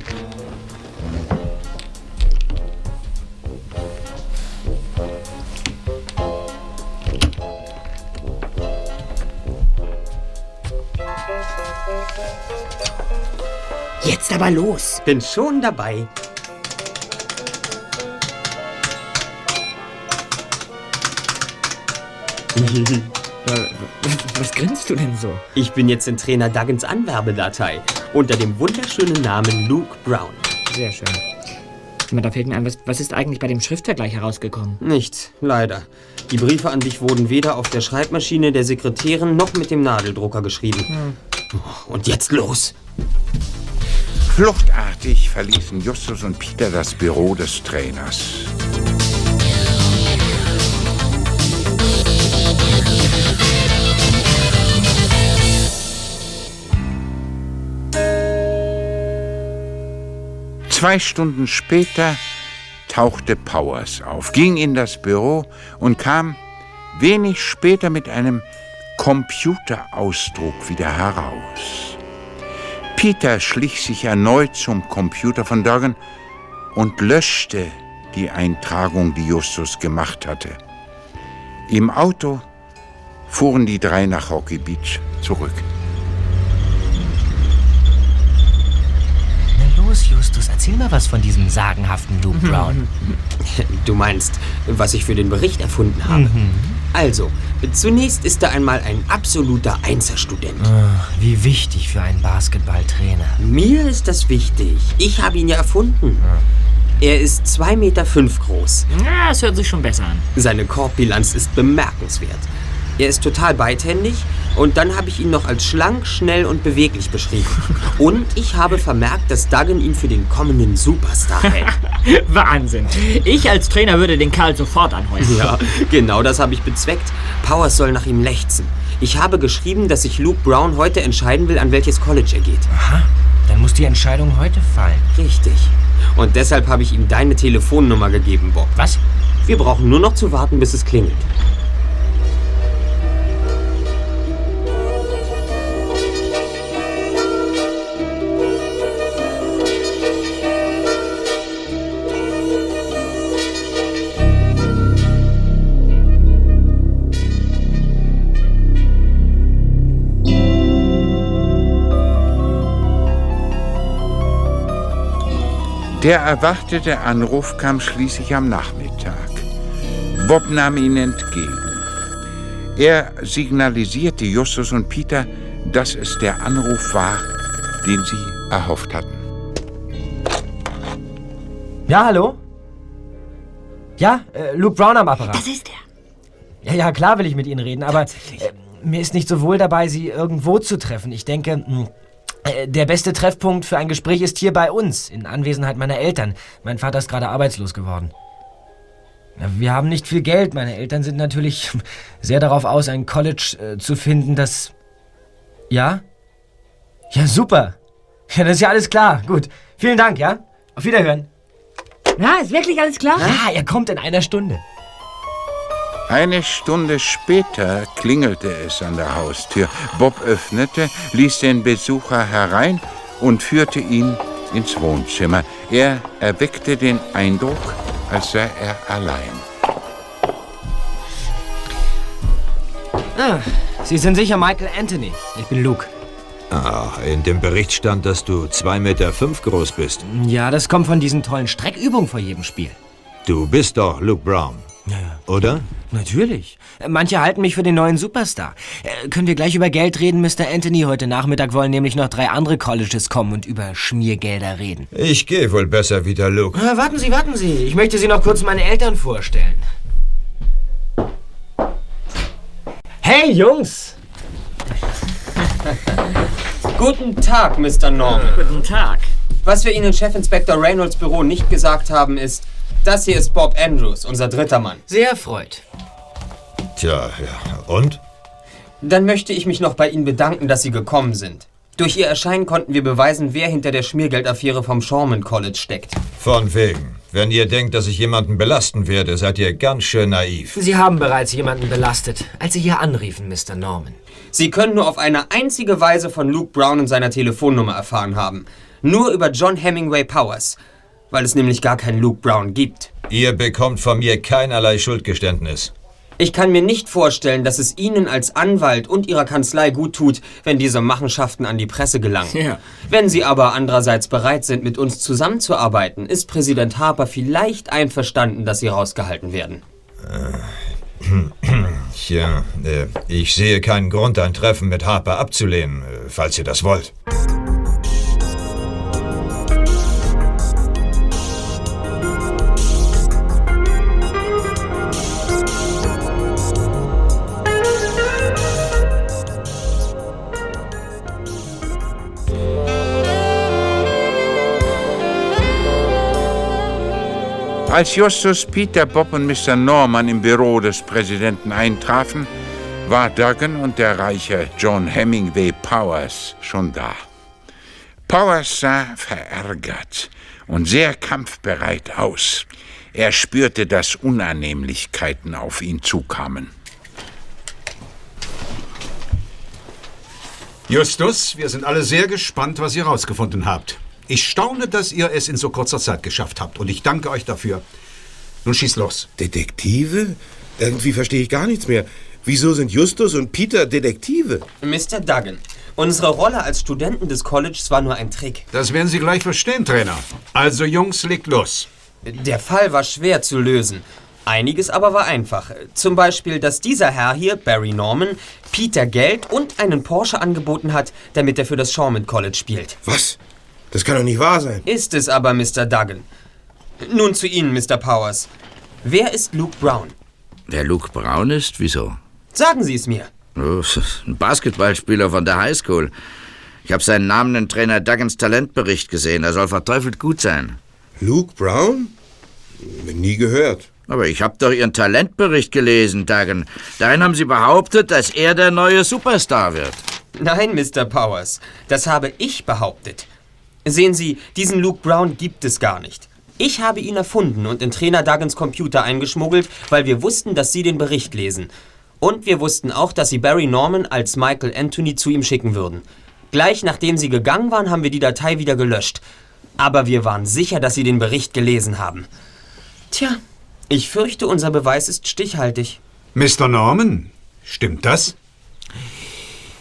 Jetzt aber los. Bin schon dabei. Was grinst du denn so? Ich bin jetzt in Trainer Duggans Anwerbedatei unter dem wunderschönen Namen Luke Brown. Sehr schön. Da fällt mir ein, was ist eigentlich bei dem Schriftvergleich herausgekommen? Nichts, leider. Die Briefe an dich wurden weder auf der Schreibmaschine der Sekretärin noch mit dem Nadeldrucker geschrieben. Und jetzt los! Fluchtartig verließen Justus und Peter das Büro des Trainers. Zwei Stunden später tauchte Powers auf, ging in das Büro und kam wenig später mit einem Computerausdruck wieder heraus. Peter schlich sich erneut zum Computer von Duggan und löschte die Eintragung, die Justus gemacht hatte. Im Auto fuhren die 3 nach Rocky Beach zurück. Na los, Justus, erzähl mal was von diesem sagenhaften Luke Brown. Du meinst, was ich für den Bericht erfunden habe? Also, zunächst ist er einmal ein absoluter Einserstudent. Wie wichtig für einen Basketballtrainer. Mir ist das wichtig. Ich habe ihn ja erfunden. Er ist 2,5 Meter groß. Ja, das hört sich schon besser an. Seine Korbbilanz ist bemerkenswert. Er ist total beidhändig und dann habe ich ihn noch als schlank, schnell und beweglich beschrieben. Und ich habe vermerkt, dass Duggan ihn für den kommenden Superstar hält. Wahnsinn. Ich als Trainer würde den Kerl sofort anheuern. Ja, genau das habe ich bezweckt. Powers soll nach ihm lechzen. Ich habe geschrieben, dass sich Luke Brown heute entscheiden will, an welches College er geht. Aha, dann muss die Entscheidung heute fallen. Richtig. Und deshalb habe ich ihm deine Telefonnummer gegeben, Bob. Was? Wir brauchen nur noch zu warten, bis es klingelt. Der erwartete Anruf kam schließlich am Nachmittag. Bob nahm ihn entgegen. Er signalisierte Justus und Peter, dass es der Anruf war, den sie erhofft hatten. Ja, hallo? Ja, Luke Brown am Apparat. Das ist er. Ja, klar will ich mit Ihnen reden, aber mir ist nicht so wohl dabei, Sie irgendwo zu treffen. Ich denke, der beste Treffpunkt für ein Gespräch ist hier bei uns, in Anwesenheit meiner Eltern. Mein Vater ist gerade arbeitslos geworden. Wir haben nicht viel Geld. Meine Eltern sind natürlich sehr darauf aus, ein College zu finden, das... Ja? Ja, super. Ja, das ist ja alles klar. Gut. Vielen Dank, ja? Auf Wiederhören. Ja, ist wirklich alles klar? Ja, er kommt in einer Stunde. Eine Stunde später klingelte es an der Haustür. Bob öffnete, ließ den Besucher herein und führte ihn ins Wohnzimmer. Er erweckte den Eindruck, als sei er allein. Sie sind sicher Michael Anthony. Ich bin Luke. Ah, in dem Bericht stand, dass du 2,5 Meter groß bist. Ja, das kommt von diesen tollen Streckübungen vor jedem Spiel. Du bist doch Luke Brown. Ja. Oder? Natürlich. Manche halten mich für den neuen Superstar. Können wir gleich über Geld reden, Mr. Anthony? Heute Nachmittag wollen nämlich noch 3 andere Colleges kommen und über Schmiergelder reden. Ich gehe wohl besser wieder, Luke. Warten Sie. Ich möchte Sie noch kurz meine Eltern vorstellen. Hey, Jungs! Guten Tag, Mr. Norman. Guten Tag. Was wir Ihnen Chefinspektor Reynolds Büro nicht gesagt haben, ist, das hier ist Bob Andrews, unser 3. Mann. Sehr erfreut. Tja, ja. Und? Dann möchte ich mich noch bei Ihnen bedanken, dass Sie gekommen sind. Durch Ihr Erscheinen konnten wir beweisen, wer hinter der Schmiergeldaffäre vom Shorman College steckt. Von wegen. Wenn ihr denkt, dass ich jemanden belasten werde, seid ihr ganz schön naiv. Sie haben bereits jemanden belastet, als Sie hier anriefen, Mr. Norman. Sie können nur auf eine einzige Weise von Luke Brown und seiner Telefonnummer erfahren haben. Nur über John Hemingway Powers. Weil es nämlich gar keinen Luke Brown gibt. Ihr bekommt von mir keinerlei Schuldgeständnis. Ich kann mir nicht vorstellen, dass es Ihnen als Anwalt und Ihrer Kanzlei gut tut, wenn diese Machenschaften an die Presse gelangen. Ja. Wenn Sie aber andererseits bereit sind, mit uns zusammenzuarbeiten, ist Präsident Harper vielleicht einverstanden, dass Sie rausgehalten werden. Tja, ich sehe keinen Grund, ein Treffen mit Harper abzulehnen, falls ihr das wollt. Als Justus, Peter, Bob und Mr. Norman im Büro des Präsidenten eintrafen, war Duggan und der reiche John Hemingway Powers schon da. Powers sah verärgert und sehr kampfbereit aus. Er spürte, dass Unannehmlichkeiten auf ihn zukamen. Justus, wir sind alle sehr gespannt, was ihr herausgefunden habt. Ich staune, dass ihr es in so kurzer Zeit geschafft habt und ich danke euch dafür. Nun schieß los. Detektive? Irgendwie verstehe ich gar nichts mehr. Wieso sind Justus und Peter Detektive? Mr. Duggan, unsere Rolle als Studenten des Colleges war nur ein Trick. Das werden Sie gleich verstehen, Trainer. Also Jungs, legt los. Der Fall war schwer zu lösen. Einiges aber war einfach. Zum Beispiel, dass dieser Herr hier, Barry Norman, Peter Geld und einen Porsche angeboten hat, damit er für das Shorman College spielt. Was? Das kann doch nicht wahr sein. Ist es aber, Mr. Duggan. Nun zu Ihnen, Mr. Powers. Wer ist Luke Brown? Wer Luke Brown ist? Wieso? Sagen Sie es mir. Oh, ein Basketballspieler von der Highschool. Ich habe seinen Namen in Trainer Duggans Talentbericht gesehen. Er soll verteufelt gut sein. Luke Brown? Nie gehört. Aber ich habe doch Ihren Talentbericht gelesen, Duggan. Darin haben Sie behauptet, dass er der neue Superstar wird. Nein, Mr. Powers. Das habe ich behauptet. Sehen Sie, diesen Luke Brown gibt es gar nicht. Ich habe ihn erfunden und in Trainer Duggans Computer eingeschmuggelt, weil wir wussten, dass Sie den Bericht lesen. Und wir wussten auch, dass Sie Barry Norman als Michael Anthony zu ihm schicken würden. Gleich nachdem Sie gegangen waren, haben wir die Datei wieder gelöscht. Aber wir waren sicher, dass Sie den Bericht gelesen haben. Tja, ich fürchte, unser Beweis ist stichhaltig. Mr. Norman, stimmt das?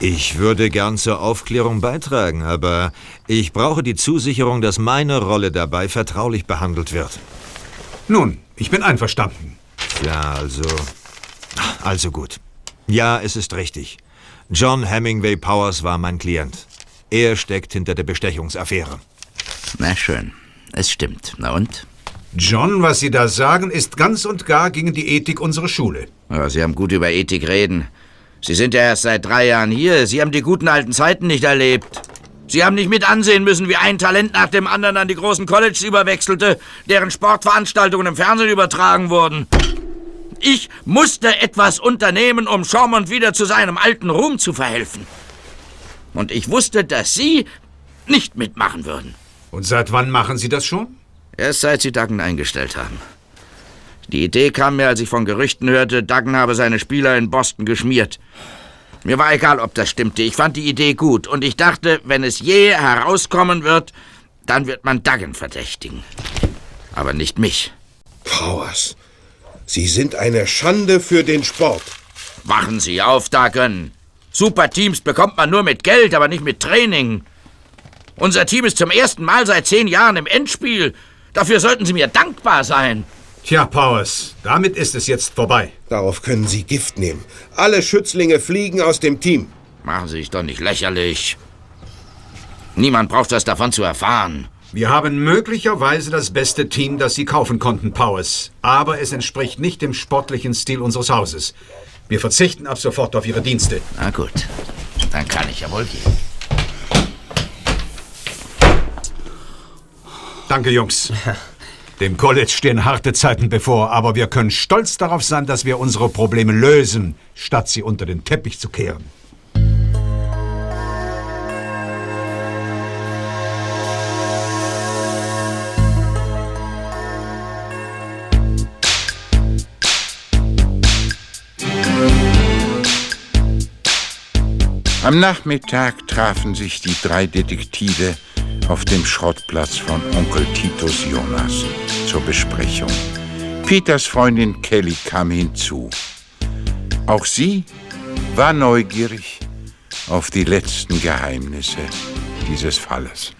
Ich würde gern zur Aufklärung beitragen, aber ich brauche die Zusicherung, dass meine Rolle dabei vertraulich behandelt wird. Nun, ich bin einverstanden. Ja, also gut. Ja, es ist richtig. John Hemingway Powers war mein Klient. Er steckt hinter der Bestechungsaffäre. Na schön, es stimmt. Na und? John, was Sie da sagen, ist ganz und gar gegen die Ethik unserer Schule. Ja, Sie haben gut über Ethik reden. Sie sind ja erst seit 3 Jahren hier. Sie haben die guten alten Zeiten nicht erlebt. Sie haben nicht mit ansehen müssen, wie ein Talent nach dem anderen an die großen Colleges überwechselte, deren Sportveranstaltungen im Fernsehen übertragen wurden. Ich musste etwas unternehmen, um Shawmont wieder zu seinem alten Ruhm zu verhelfen. Und ich wusste, dass Sie nicht mitmachen würden. Und seit wann machen Sie das schon? Erst seit Sie Duggan eingestellt haben. Die Idee kam mir, als ich von Gerüchten hörte, Duggan habe seine Spieler in Boston geschmiert. Mir war egal, ob das stimmte. Ich fand die Idee gut. Und ich dachte, wenn es je herauskommen wird, dann wird man Duggan verdächtigen. Aber nicht mich. Powers, Sie sind eine Schande für den Sport. Wachen Sie auf, Duggan. Superteams bekommt man nur mit Geld, aber nicht mit Training. Unser Team ist zum ersten Mal seit 10 Jahren im Endspiel. Dafür sollten Sie mir dankbar sein. Tja, Powers, damit ist es jetzt vorbei. Darauf können Sie Gift nehmen. Alle Schützlinge fliegen aus dem Team. Machen Sie sich doch nicht lächerlich. Niemand braucht was davon zu erfahren. Wir haben möglicherweise das beste Team, das Sie kaufen konnten, Powers. Aber es entspricht nicht dem sportlichen Stil unseres Hauses. Wir verzichten ab sofort auf Ihre Dienste. Na gut, dann kann ich ja wohl gehen. Danke, Jungs. Dem College stehen harte Zeiten bevor, aber wir können stolz darauf sein, dass wir unsere Probleme lösen, statt sie unter den Teppich zu kehren. Am Nachmittag trafen sich die 3 Detektive auf dem Schrottplatz von Onkel Titus Jonas zur Besprechung. Peters Freundin Kelly kam hinzu. Auch sie war neugierig auf die letzten Geheimnisse dieses Falles.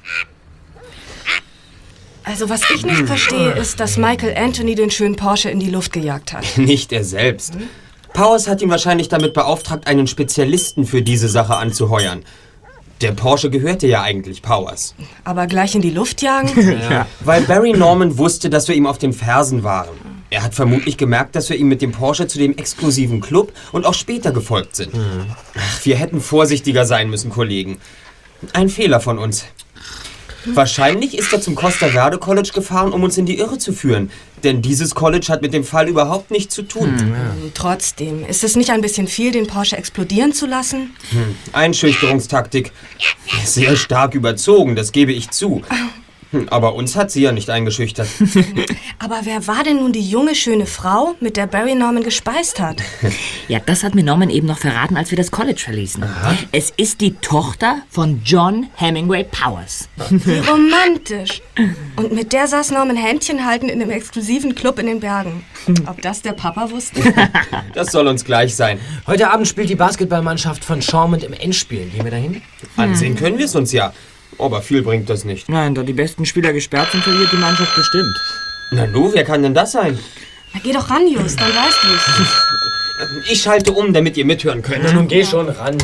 Also was ich nicht verstehe, ist, dass Michael Anthony den schönen Porsche in die Luft gejagt hat. Nicht er selbst. Powers hat ihn wahrscheinlich damit beauftragt, einen Spezialisten für diese Sache anzuheuern. Der Porsche gehörte ja eigentlich Powers. Aber gleich in die Luft jagen? Ja. Weil Barry Norman wusste, dass wir ihm auf den Fersen waren. Er hat vermutlich gemerkt, dass wir ihm mit dem Porsche zu dem exklusiven Club und auch später gefolgt sind. Ach, wir hätten vorsichtiger sein müssen, Kollegen. Ein Fehler von uns. Wahrscheinlich ist er zum Costa Verde College gefahren, um uns in die Irre zu führen. Denn dieses College hat mit dem Fall überhaupt nichts zu tun. Trotzdem, ist es nicht ein bisschen viel, den Porsche explodieren zu lassen? Einschüchterungstaktik. Sehr stark überzogen, das gebe ich zu. Aber uns hat sie ja nicht eingeschüchtert. Aber wer war denn nun die junge, schöne Frau, mit der Barry Norman gespeist hat? Ja, das hat mir Norman eben noch verraten, als wir das College verließen. Aha. Es ist die Tochter von John Hemingway Powers. Wie romantisch. Und mit der saß Norman Händchen halten in einem exklusiven Club in den Bergen. Ob das der Papa wusste? Das soll uns gleich sein. Heute Abend spielt die Basketballmannschaft von Shawmont im Endspiel. Gehen wir dahin? Ansehen können wir es uns ja. Aber viel bringt das nicht. Nein, da die besten Spieler gesperrt sind, verliert die Mannschaft bestimmt. Na nu, wer kann denn das sein? Na, geh doch ran, Just, dann weißt du's. Ich schalte um, damit ihr mithören könnt. Na, nun geh schon ran.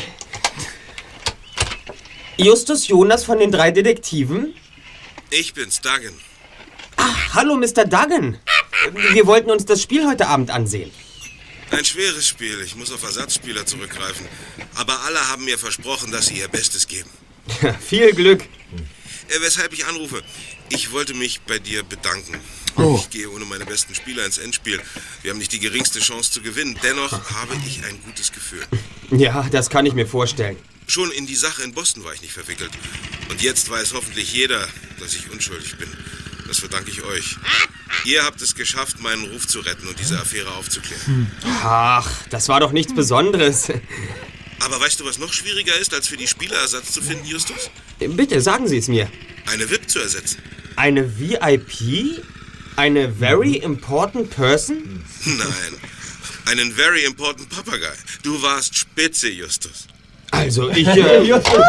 Justus Jonas von den 3 Detektiven? Ich bin's, Duggan. Ach, hallo, Mr. Duggan. Wir wollten uns das Spiel heute Abend ansehen. Ein schweres Spiel. Ich muss auf Ersatzspieler zurückgreifen. Aber alle haben mir versprochen, dass sie ihr Bestes geben. Viel Glück. Weshalb ich anrufe. Ich wollte mich bei dir bedanken. Ich gehe ohne meine besten Spieler ins Endspiel. Wir haben nicht die geringste Chance zu gewinnen. Dennoch habe ich ein gutes Gefühl. Ja, das kann ich mir vorstellen. Schon in die Sache in Boston war ich nicht verwickelt. Und jetzt weiß hoffentlich jeder, dass ich unschuldig bin. Das verdanke ich euch. Ihr habt es geschafft, meinen Ruf zu retten und diese Affäre aufzuklären. Ach, das war doch nichts Besonderes. Aber weißt du, was noch schwieriger ist, als für die Spieler Ersatz zu finden, Justus? Bitte, sagen Sie es mir. Eine VIP zu ersetzen. Eine VIP? Eine Very Important Person? Nein, einen Very Important Papagei. Du warst spitze, Justus. Also, ich... Very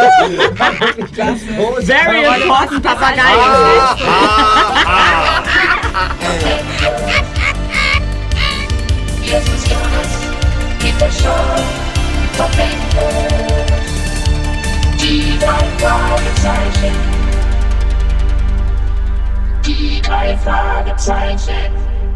important Papagei. Peter Shaw verbindet die drei Fragezeichen. Die drei Fragezeichen.